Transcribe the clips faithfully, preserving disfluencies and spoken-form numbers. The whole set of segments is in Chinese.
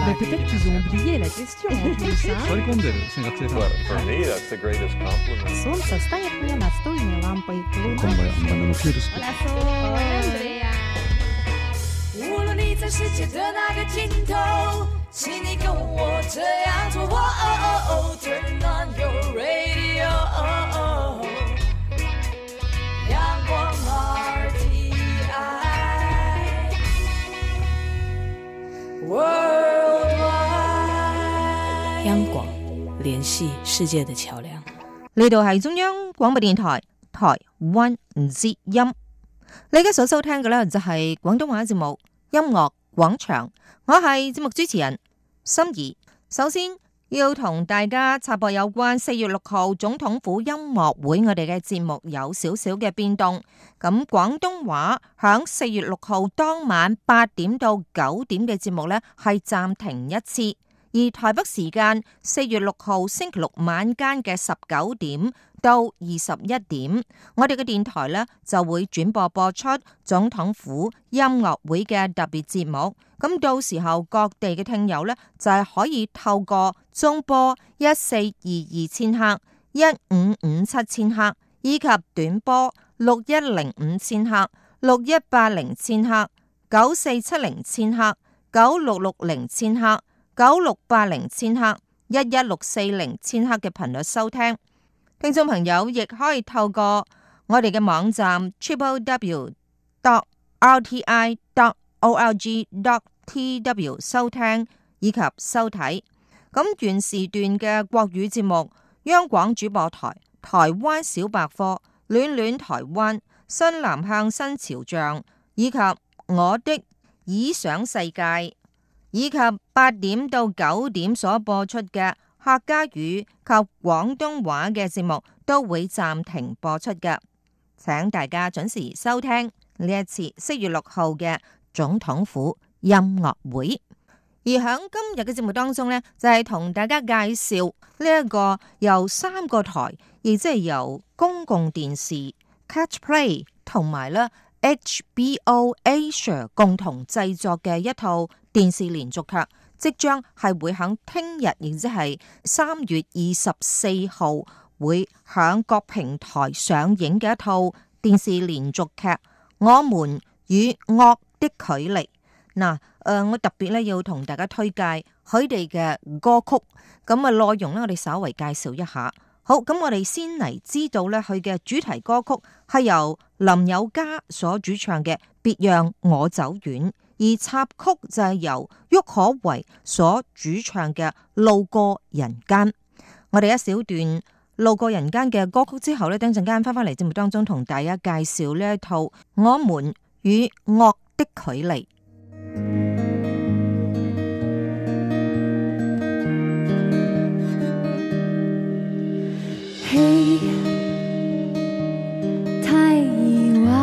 Mais peut-être qu'ils ont oublié la question en plus, hein? 割り込んでる線がついた。 Well, for me, that's the greatest compliment. Сонце стоит мне настольной лампой. こんばんは、バナナフィルス。 无论你在世界的哪个尽头，请你跟我这样做。Turn on your radio， 阳光 R T I Worldwide。 央廣聯繫世界的橋梁。 呢度係中央廣播電台台灣之音。你而家所收聽嘅呢，就係廣東話節目音樂廣場，我係節目主持人心怡。首先要同大家插播有關四月六號總統府音樂會，我哋嘅節目有少少嘅變動。咁廣東話響四月六號當晚八點到九點嘅節目呢，係暫停一次。而台北時間四月六號星期六晚間嘅十九點到二十一點，我哋嘅電台呢就會轉播播出總統府音樂會嘅特別節目。咁到時候各地嘅聽友呢，就係可以透過中波一四二二千赫、一五五七千赫，以及短波六一零五千赫、六一八零千赫、九四七零千赫、九六六零千赫、九六八零千赫、一一六四零千赫嘅頻率收聽。聽眾朋友亦可以透過我哋嘅網站 triple w dot r t i dot org dot t w 收聽以及收睇。咁原時段嘅國語節目，央廣主播台、台灣小百科、暖暖台灣、新南向新潮象以及我的理想世界，以及八點到九點所播出嘅客家語及廣東話嘅節目都會暫停播出嘅，請大家準時收聽呢一次四月六號嘅總統府音樂會。而喺今日嘅節目當中呢，就係、是、同大家介紹呢一個由三個台，亦即係由公共電視 Catch Play 同埋咧 H B O Asia 共同製作嘅一套電視連續劇，即將係會喺聽日，亦即係三月二十四號會響各平台上映嘅一套電視連續劇《我們與惡的距離》。嗱，誒，我特別咧要同大家推介佢哋嘅歌曲，咁啊內容咧我哋稍微介紹一下。好，咁我哋先嚟知道咧佢嘅主題歌曲係由林宥嘉所主唱嘅《別讓我走遠》。而插曲就係由郁可唯所主唱嘅《路過人間》。我哋一小段《路過人間》嘅歌曲之後呢，等陣間翻返嚟節目當中同大家介紹呢一套《我們與惡的距離》。 嘿，太意外，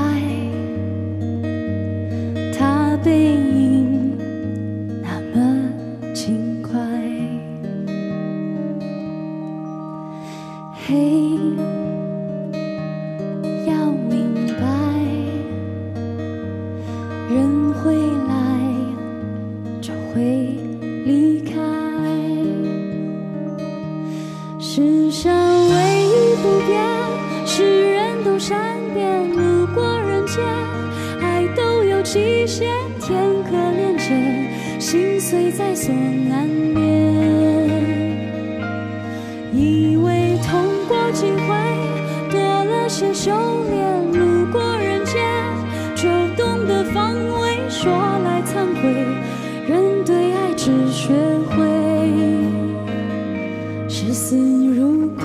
他背影那麼輕快。嘿，要明白，人會來就會離開，世上唯一不變是人都善變，路過人間愛都有期限，天可憐見，心碎在所難免，以為痛過幾回多了些修煉，路過人間就懂得防衛，說來慚愧，人對愛只學會視死如歸。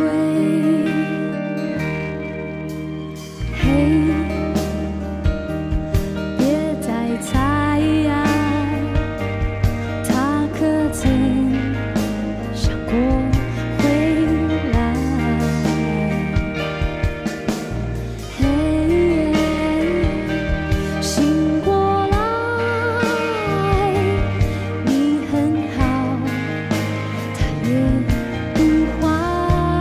不壞。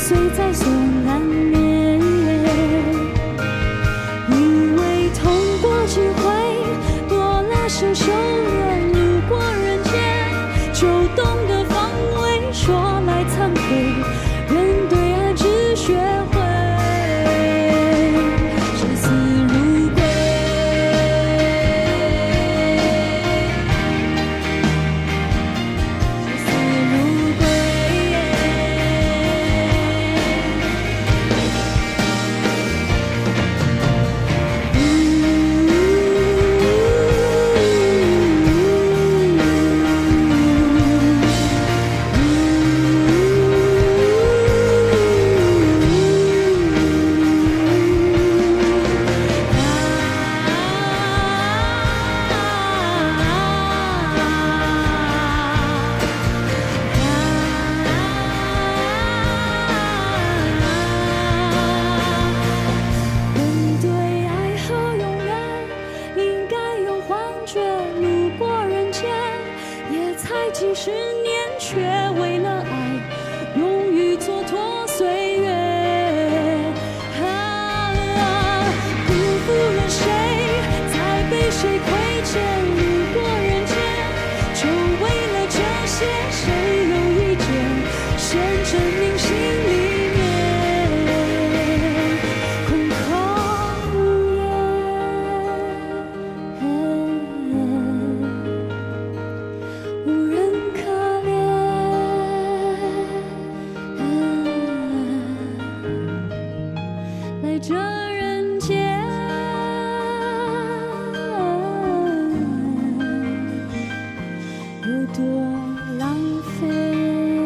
碎在所难免，以为痛过几回，多了生修炼，路过人间就懂得防卫，说来惭愧，人对爱只学会视死如归，视死如归。人对爱和永远应该有幻觉，路过人间也才几十年，却为了爱勇于蹉跎岁月。啊，辜负了谁，才被谁亏欠？路过人间，就为了这些，谁有意见？先证明心里面空空如也，无人可怜。来这人间，有多浪费。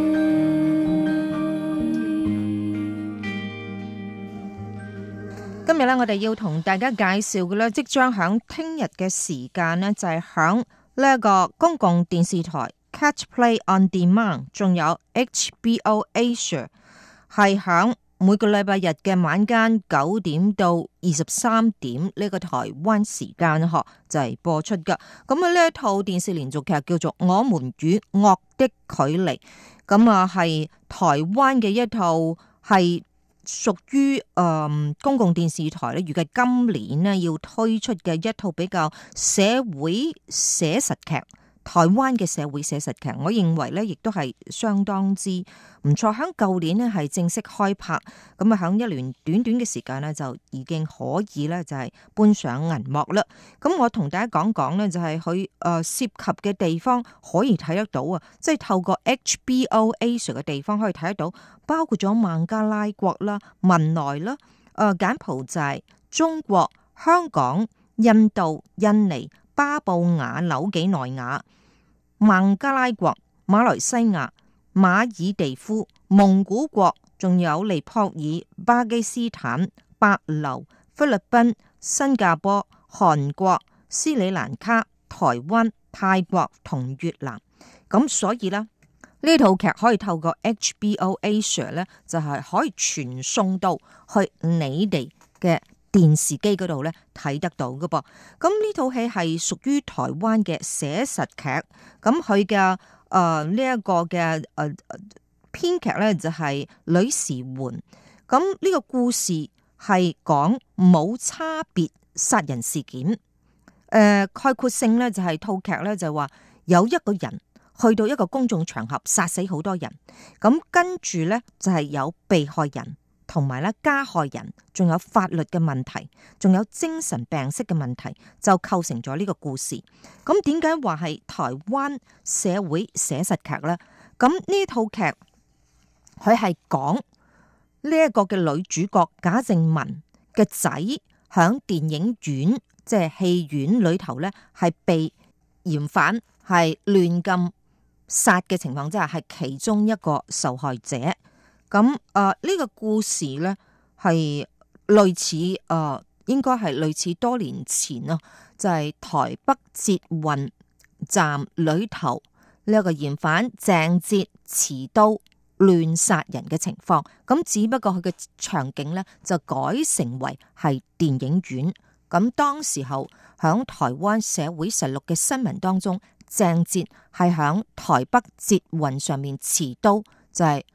今日咧，我哋要同大家介紹嘅咧，即將響聽日嘅時間呢，就係響呢一個公共電視台 Catch Play On Demand， 仲有 H B O Asia， 係響每個禮拜日嘅晚間九點到二十三點呢個台灣時間嗬，就係播出噶。咁啊，呢一套電視連續劇叫做《我們與惡的距離》，咁啊係台灣嘅一套係。屬於誒公共電視台咧，預計今年咧要推出嘅一套比較社會寫實劇，台灣嘅社會寫實劇，我認為咧亦都係相當之唔錯。響舊年咧係正式開拍，咁啊響一年短短嘅時間咧就已經可以咧就係搬上銀幕啦。咁我同大家講講咧就係佢誒涉及嘅地方可以睇得到啊，即係透過 H B O Asia 嘅地方可以睇得到。包括咗孟加拉國啦、文萊啦、誒柬埔寨、中國、香港、印度、印尼、巴布亞紐幾內亞、孟加拉國、馬來西亞、馬爾地夫、蒙古國，仲有尼泊爾、巴基斯坦、帛琉、菲律賓、新加坡、韓國、斯里蘭卡、台灣、泰國同越南。咁所以呢。呢套劇可以透過 H B O Asia 咧，就係可以傳送到去你哋嘅電視機嗰度咧睇得到㗎噃。咁呢套戲係屬於台灣嘅寫實劇，咁佢嘅誒呢一個嘅誒編劇咧就係呂時媛。咁呢個故事係講冇差別殺人事件。誒、呃、概括性咧就係套劇咧就話有一個人。去到一個公眾場合殺死好多人，咁跟住呢，就係有被害人同埋咧加害人，仲有法律嘅問題，仲有精神病識嘅問題，就構成咗呢個故事。咁點解話係台灣社會寫實劇呢？咁呢套劇佢係講呢一個嘅女主角賈靜雯嘅仔響電影院即係戲院裏頭呢，係被嫌犯係亂禁殺嘅情況之下，係其中一個受害者。咁誒呢個故事咧係類似誒、呃，應該係類似多年前啊，就係、是、台北捷運站裏頭呢一個嫌犯鄭捷持刀亂殺人嘅情況。咁只不過佢嘅場景咧就改成為係電影院。咁當時候響台灣社會實錄嘅新聞當中，鄭捷係響台北捷運上面持刀，就係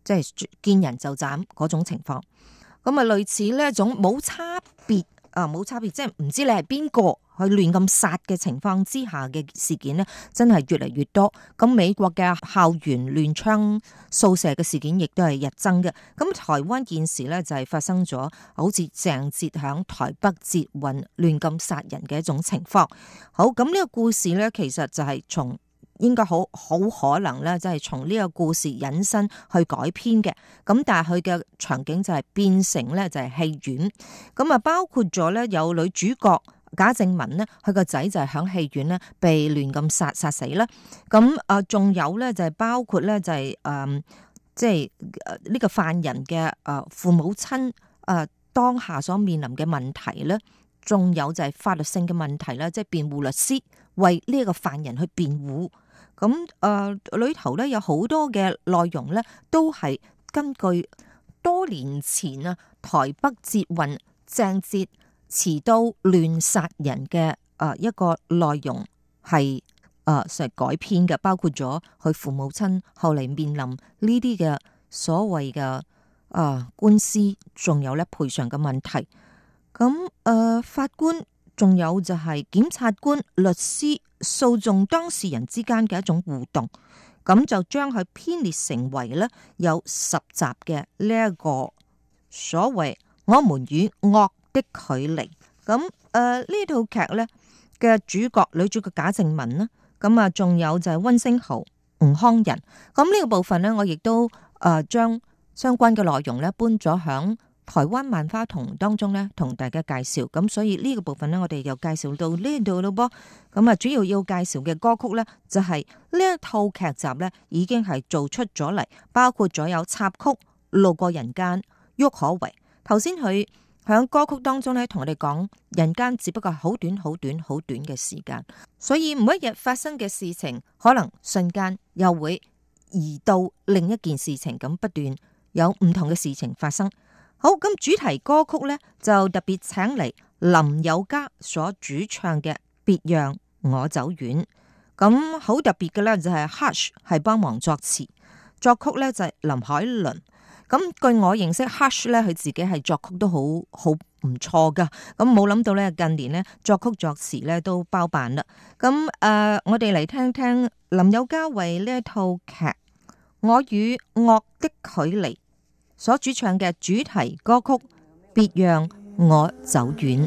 即係見人就斬嗰種情況。咁啊，類似呢一種冇差別啊，冇差別，即係唔知你係邊個去亂咁殺嘅情況之下嘅事件呢，真係越嚟越多。咁美國嘅校園亂槍掃射嘅事件亦都係日增嘅。咁台灣現時呢，就係發生咗好似鄭捷響台北捷運亂咁殺人嘅一種情況。好，咁呢個故事呢，其實就係從應該好好可能咧，即係從呢個故事引申去改編嘅。咁但係佢嘅場景就係變成咧就係戲院。咁啊，包括咗咧有女主角賈靜雯呢，佢個仔就係響戲院咧被亂咁殺殺死啦。咁啊，仲有咧就係包括咧就係誒，即係呢個犯人嘅誒父母親誒當下所面臨嘅問題咧，仲有就係法律性嘅問題啦，即係辯護律師為呢一個犯人去辯護。咁誒、呃、裏頭咧有好多嘅內容咧，都係根據多年前啊台北捷運鄭捷持刀亂殺人嘅誒、呃、一個內容係誒成改編嘅，包括咗佢父母親後嚟面臨呢啲嘅所謂嘅誒官司，仲有咧賠償嘅問題。咁誒、呃、法官仲有就係檢察官、律師、訴訟當事人之間嘅一種互動，咁就將佢編列成為咧有十集嘅呢一個所謂我們與惡的距離。咁誒呢套劇咧嘅主角女主角賈靜雯啦，咁啊仲有就係溫昇豪、吳慷仁。咁呢個部分咧，我亦都誒將相關嘅內容咧搬咗響台灣萬花筒當中咧，同大家介紹。咁所以呢個部分咧，我哋又介紹到呢度咯噃。咁啊，主要要介紹嘅歌曲咧，就係呢一套劇集咧，已經係做出咗嚟，包括咗有插曲《路過人間》、郁可唯。頭先佢響歌曲當中咧，同我哋講人間只不過係好短、好短、好短嘅時間，所以每一日發生嘅事情，可能瞬間又會移到另一件事情，咁不斷有唔同嘅事情發生。好，咁主題歌曲咧就特別請嚟林宥嘉所主唱嘅《別讓我走遠》。咁好特別嘅咧就係 Hush 係幫忙作詞，作曲咧就係林海倫。咁據我認識 Hush 咧，佢自己係作曲都好好唔錯噶。咁冇諗到咧近年咧作曲作詞咧都包辦啦。咁誒、呃，我哋嚟聽聽林宥嘉為呢一套劇《我與惡的距離》所主唱嘅主題歌曲《別讓我走遠》。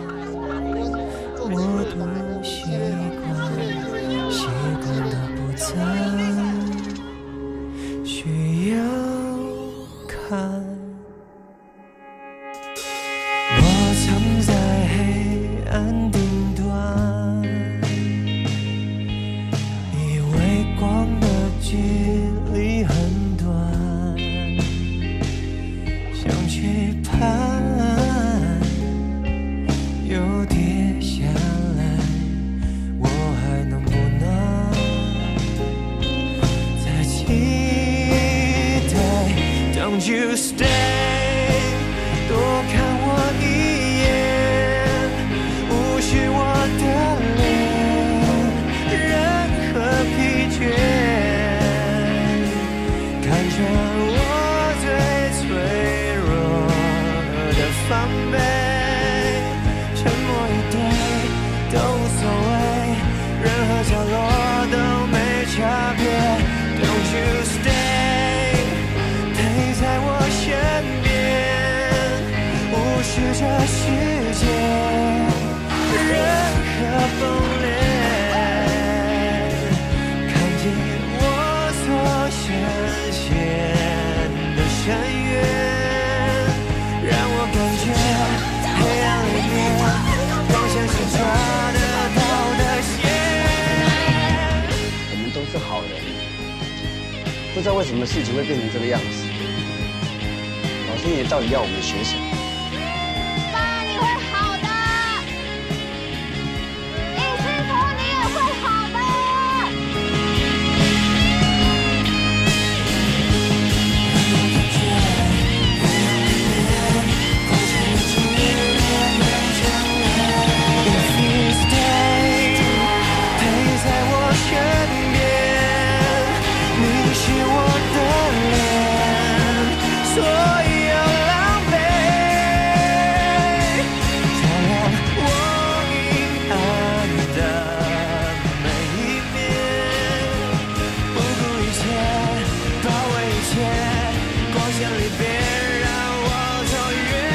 我都習慣，習慣到不再需要看。我藏在黑暗頂端，以為光的距離很短，想去攀，又跌下來，我還能不能再期待 Don't you stay， 多看我一眼，無視我的臉，任何疲倦，看着我最脆弱的防備，沉默以對都無所謂，任何角落都沒差別。Don't you stay， 陪在我身邊，無視這世界任何崩裂，看見我所深陷的深淵，讓我感覺黑暗裡面光線是抓得到的線。 我們都是好人，不知道為什麼事情會變成這個樣子。老天爺到底要我們學什麼？ 爸，你會好的，你師傅你也會好的。 If you stay， 陪在我身邊，凝視我的臉。 切，光线里别让我走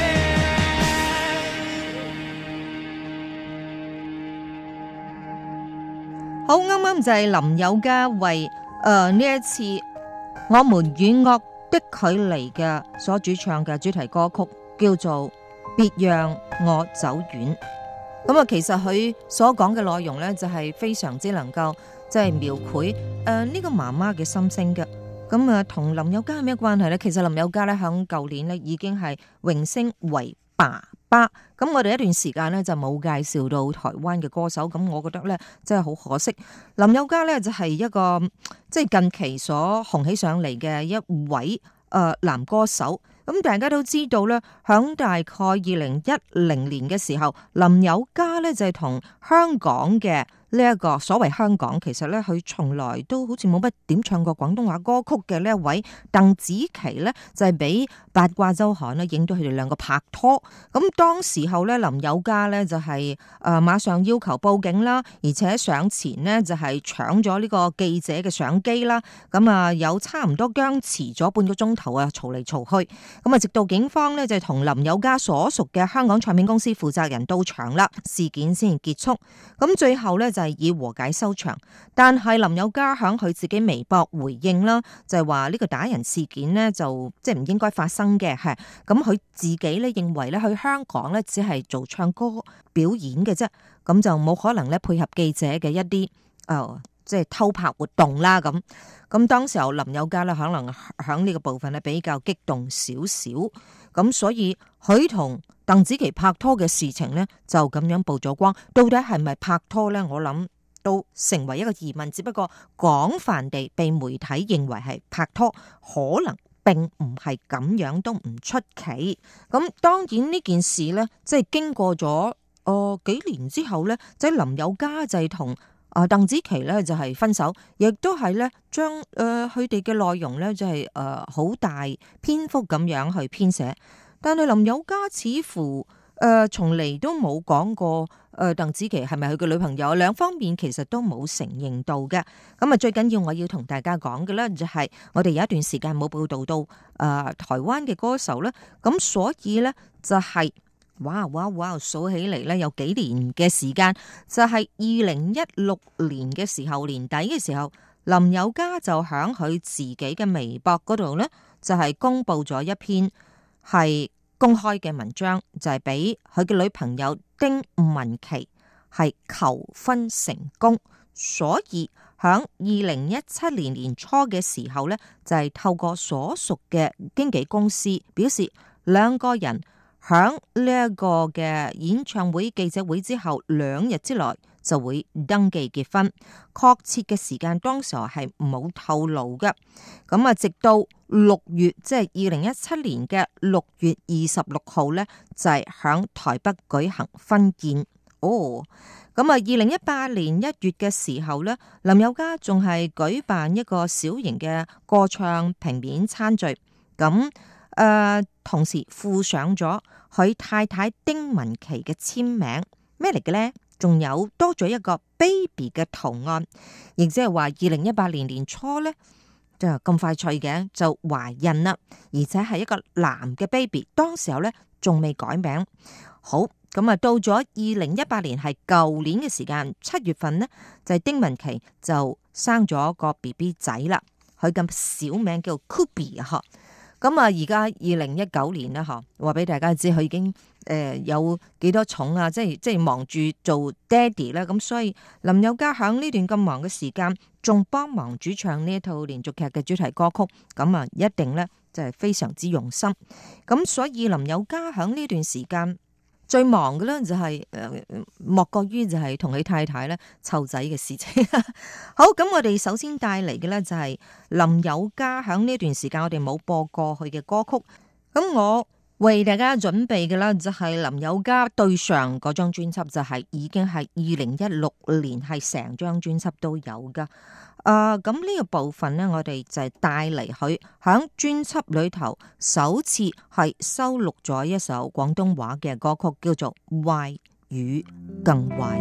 遠。好，啱啱就係林宥嘉為誒呢一次我們與惡的距離嘅所主唱嘅主題歌曲，叫做別讓我走遠。咁啊，其實佢所講嘅內容咧，就係非常之能夠即係描繪誒呢個媽媽嘅心聲嘅。咁啊，同林宥嘉係咩關係咧？其實林宥嘉咧響舊年咧已經係榮升為爸爸。咁我哋一段時間咧就冇介紹到台灣嘅歌手，咁我覺得咧真係好可惜。林宥嘉咧就係一個即係近期所紅起上嚟嘅一位誒男歌手。咁大家都知道咧，響大概二零一零年嘅時候，林宥嘉咧就係同香港嘅呢一個所謂香港，其實咧佢從來都好似冇乜點唱過廣東話歌曲嘅呢一位鄧紫棋咧，就係俾八卦周刊咧影到佢哋兩個拍拖。咁當時候咧，林宥嘉咧就係誒馬上要求報警啦，而且上前呢就係搶咗呢個記者嘅相機啦。咁啊有差唔多僵持咗半個鐘頭啊，嘈嚟嘈去。咁啊，直到警方咧就同林宥嘉所屬嘅香港唱片公司負責人到場啦，事件先結束。咁最後咧就係以和解收場。但係林宥嘉響佢自己微博回應啦，就係話呢個打人事件呢，就即係唔應該發生嘅，係咁佢自己咧認為咧去香港咧只係做唱歌表演嘅啫，咁就冇可能咧配合記者嘅一啲誒。呃即係偷拍活動啦，咁咁當時候林宥嘉咧可能響呢個部分咧比較激動少少，咁所以佢同鄧紫棋拍拖嘅事情咧就咁樣曝咗光。到底係咪拍拖咧？我諗都成為一個疑問，只不過廣泛地被媒體認為係拍拖，可能並唔係咁樣都唔出奇。咁當然呢件事咧，即係經過咗誒、呃、幾年之後咧，即係林宥嘉就係同啊，鄧紫棋咧就係分手，亦都係咧將誒佢哋嘅內容咧就係誒好大篇幅咁樣去編寫，但係林宥嘉似乎誒從嚟都冇講過誒鄧紫棋係咪佢嘅女朋友，兩方面其實都冇承認到嘅。咁啊，最緊要我要同大家講嘅咧就係我哋有一段時間冇報道到誒台灣嘅歌手咧，咁所以咧就係、是。哇哇哇！數起嚟咧有幾年嘅時間，就係二零一六年嘅時候，年底嘅時候，林宥嘉就響佢自己嘅微博嗰度咧，就係公布咗一篇係公開嘅文章，就係俾佢嘅女朋友丁文琪係求婚成功，所以響二零一七年年初嘅時候咧，就係透過所屬嘅經紀公司表示兩個人。響呢一個嘅演唱會記者會之後兩日之內就會登記結婚，確切嘅時間當時係冇透露嘅。咁啊，直到六月，即係二零一七年嘅六月二十六號咧，就係響台北舉行婚宴。哦，咁啊，二零一八年一月嘅時候咧，林宥嘉仲係舉辦一個小型嘅歌唱平面餐聚，咁。誒、呃，同時附上咗佢太太丁文琪嘅簽名，咩嚟嘅咧？仲有多咗一個 baby 嘅圖案，亦即係話二零一八年年初咧就咁快脆嘅就懷孕啦，而且係一個男嘅 baby， 當時候咧仲未改名。好，咁啊到咗二零一八年係舊年嘅時間，七月份咧就係、是、丁文琪就生咗個 B B 仔啦，佢咁小名叫 Kobe 啊，咁啊，而家二零一九年啦，嗬，話俾大家知佢已經誒有幾多重啊，即係即係忙住做爹哋啦，咁所以林宥嘉響呢段咁忙嘅時間，仲幫忙主唱呢一套連續劇嘅主題歌曲，咁啊一定咧就係非常之用心。咁所以林宥嘉響呢段時間最忙嘅咧就係誒莫過於就係同佢太太咧湊仔嘅事情。好，咁我哋首先帶嚟嘅咧就係林宥嘉響呢段時間我哋冇播過去嘅歌曲。咁我為大家準備嘅咧就係林宥嘉對上嗰張專輯，就係已經係二零一六年係成張專輯都有噶。誒，咁呢個部分咧，我哋就係帶嚟佢響專輯裏頭首次係收錄咗一首廣東話嘅歌曲，叫做《壞與更壞》。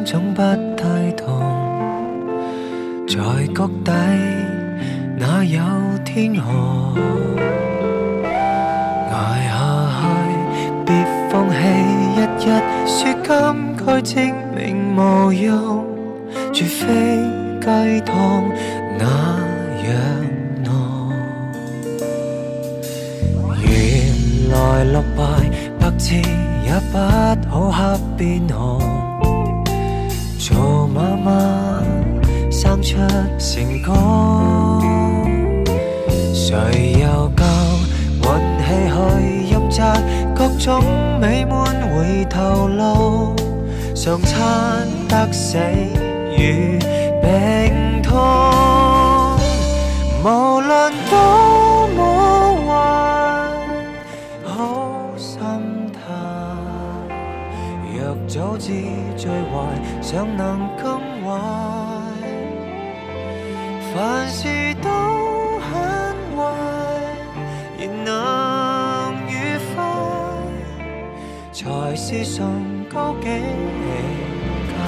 總不太同，在谷底哪有天河？捱下去，別放棄，日日說今該證明無用，絕非雞湯那樣濃。原來落敗百次也不好黑變紅，做媽媽生出成功，誰又夠運氣去任責各種美滿回頭路，常餐得死與病痛，無論多麼壞好心態，若早知最壞尚能更壞，凡事都很壞然能愉快，才是崇高境界。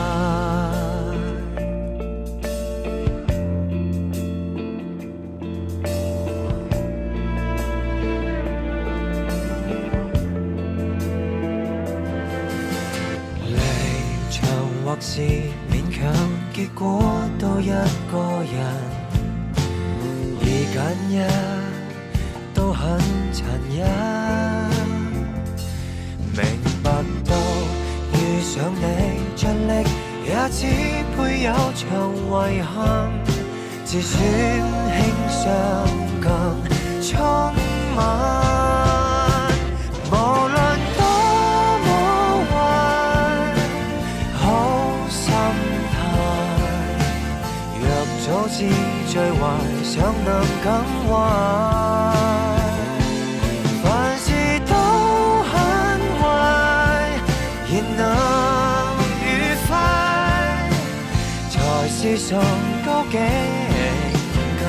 離場或是勉強，結果都一個人，二揀一都很殘忍。明白到遇上你盡力也只配有場遺憾，自尊輕傷更充滿。無論多麼壞好心態，若早知最壞尚能更壞，凡事都很壞然能愉快，才是崇高境界。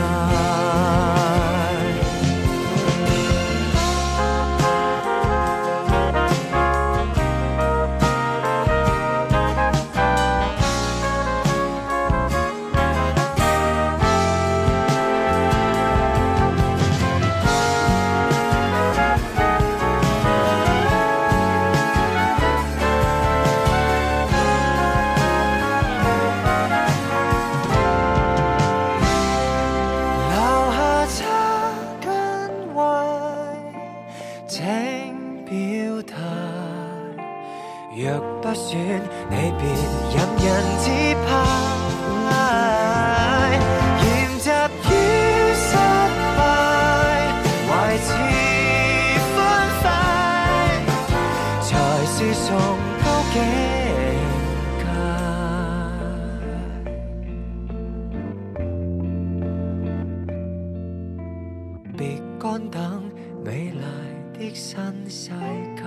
若不選你便任人自拍，嚴習於失敗，懷持歡快，才是崇高境界。別乾等美麗的新世界。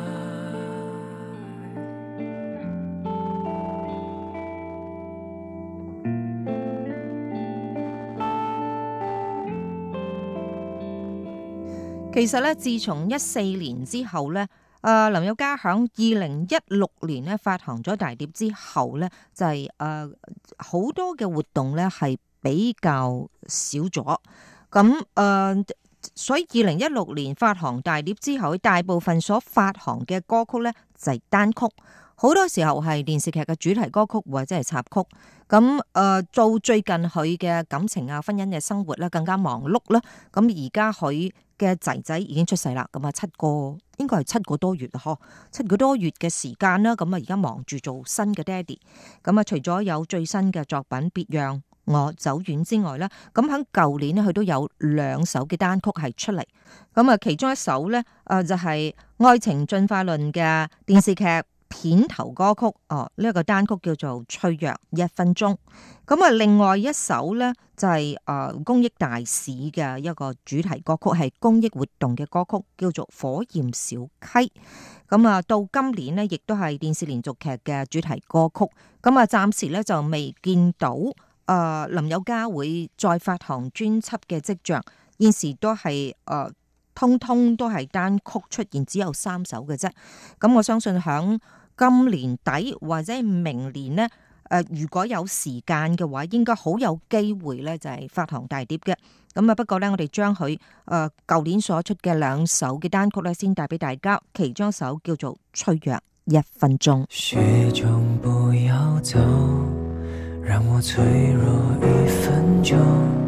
其實咧，自從一四年之後咧，誒林宥嘉響二零一六年咧發行咗大碟之後咧，就係誒好多嘅活動咧係比較少咗。咁誒、呃，所以二零一六年發行大碟之後，大部分所發行嘅歌曲咧就係單曲，好多時候係電視劇嘅主題歌曲或者係插曲。咁誒、呃，做最近佢嘅感情啊、婚姻嘅生活咧更加忙碌啦。咁而家佢嘅仔仔已經出世啦，咁啊七個應該係七個多月啦，嗬，七個多月嘅時間啦，咁啊而家忙住做新嘅爹哋，咁啊除咗有最新嘅作品《別讓我走遠》之外咧，咁喺舊年咧佢都有兩首嘅單曲係出嚟，咁啊其中一首咧誒就係《愛情進化論》嘅電視劇片頭歌曲哦，呢、這、一個單曲叫做《脆弱一分鐘》。咁啊，另外一首咧就係、是、誒、呃、公益大使嘅一個主題歌曲，係公益活動嘅歌曲，叫做《火焰小溪》。咁啊，到今年咧，亦都係電視連續劇嘅主題歌曲。咁啊，暫時咧就未見到誒、呃、林宥嘉會再發行專輯嘅跡象，現時都係誒。呃通通都係單曲出現，只有三首嘅啫。咁我相信響今年底或者明年呢，誒、呃、如果有時間嘅話，應該好有機會咧就係發行大碟嘅。咁啊，不過咧我哋將佢誒舊年所出嘅兩首嘅單曲咧，先帶俾大家。其中一首叫做《脆弱一分鐘》。 始終不要走，讓我脆弱一分鐘，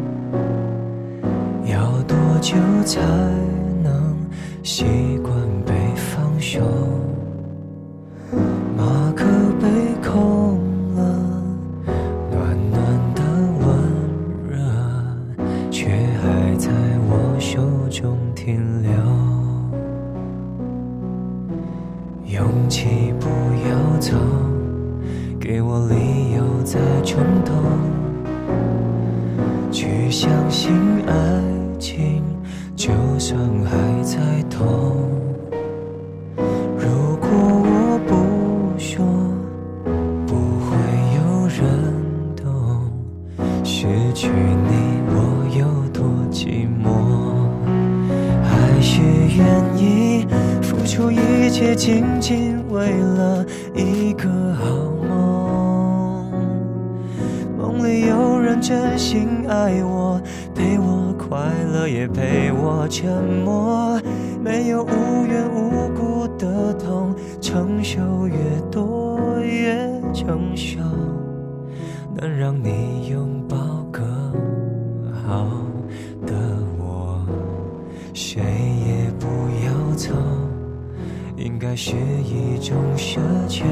要多久才能習慣被放手？馬克杯空了，暖暖的溫熱，卻還在我手中停留。勇氣不要走，給我理由再重頭，去相信愛情，就算還在痛。如果我不說，不會有人懂，失去你我有多寂寞。還是願意付出一切，僅僅為了一個好夢。夢裡有人真心愛我，陪我快樂也陪我沉默，沒有無緣無故的痛，承受越多越成熟，能讓你擁抱更好的我，誰也不要走，應該是一種奢求，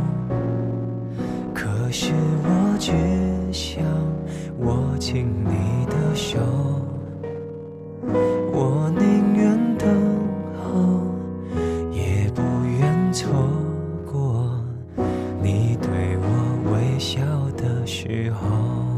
可是我只想握緊你的手，我寧願等候，也不願錯過你對我微笑的時候。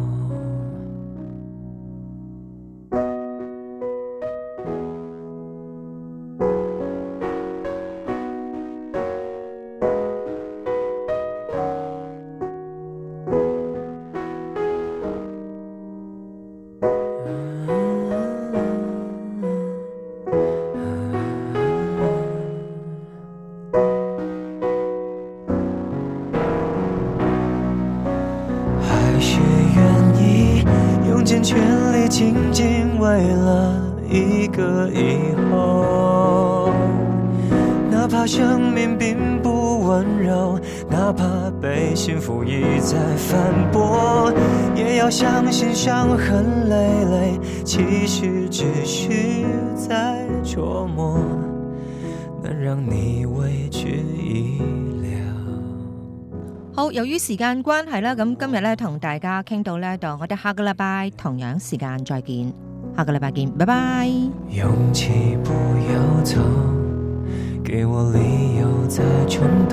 全力僅僅為了一個以後，哪怕生命並不溫柔，哪怕被幸福一再反駁，也要相信傷痕累累，其實只是在琢磨，能讓你為之一了。 好，由於時間關係啦，咁今日咧同大家傾到呢度，我哋下個禮拜同樣時間再見，下個禮拜見，拜拜。 勇氣不要走，給我理由再重頭，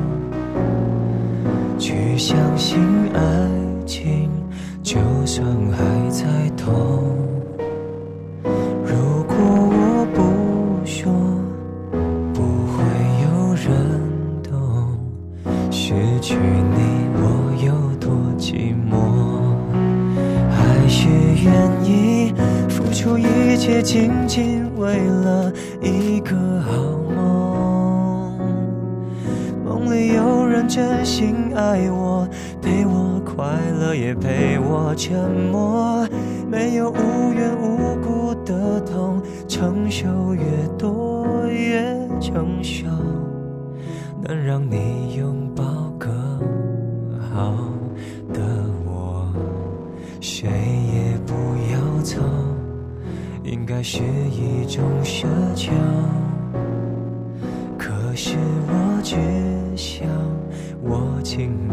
去相信愛情，就算還在痛。如果我不說，不會有人懂，失去你我有多寂寞，還是願意付出一切，僅僅為了一個好夢。夢裡有人真心愛我，陪我快樂也陪我沉默，沒有無緣無故的痛，承受越多越成熟，能讓你擁抱更好的我，誰也不要走，應該是一種奢求，可是我只想握緊你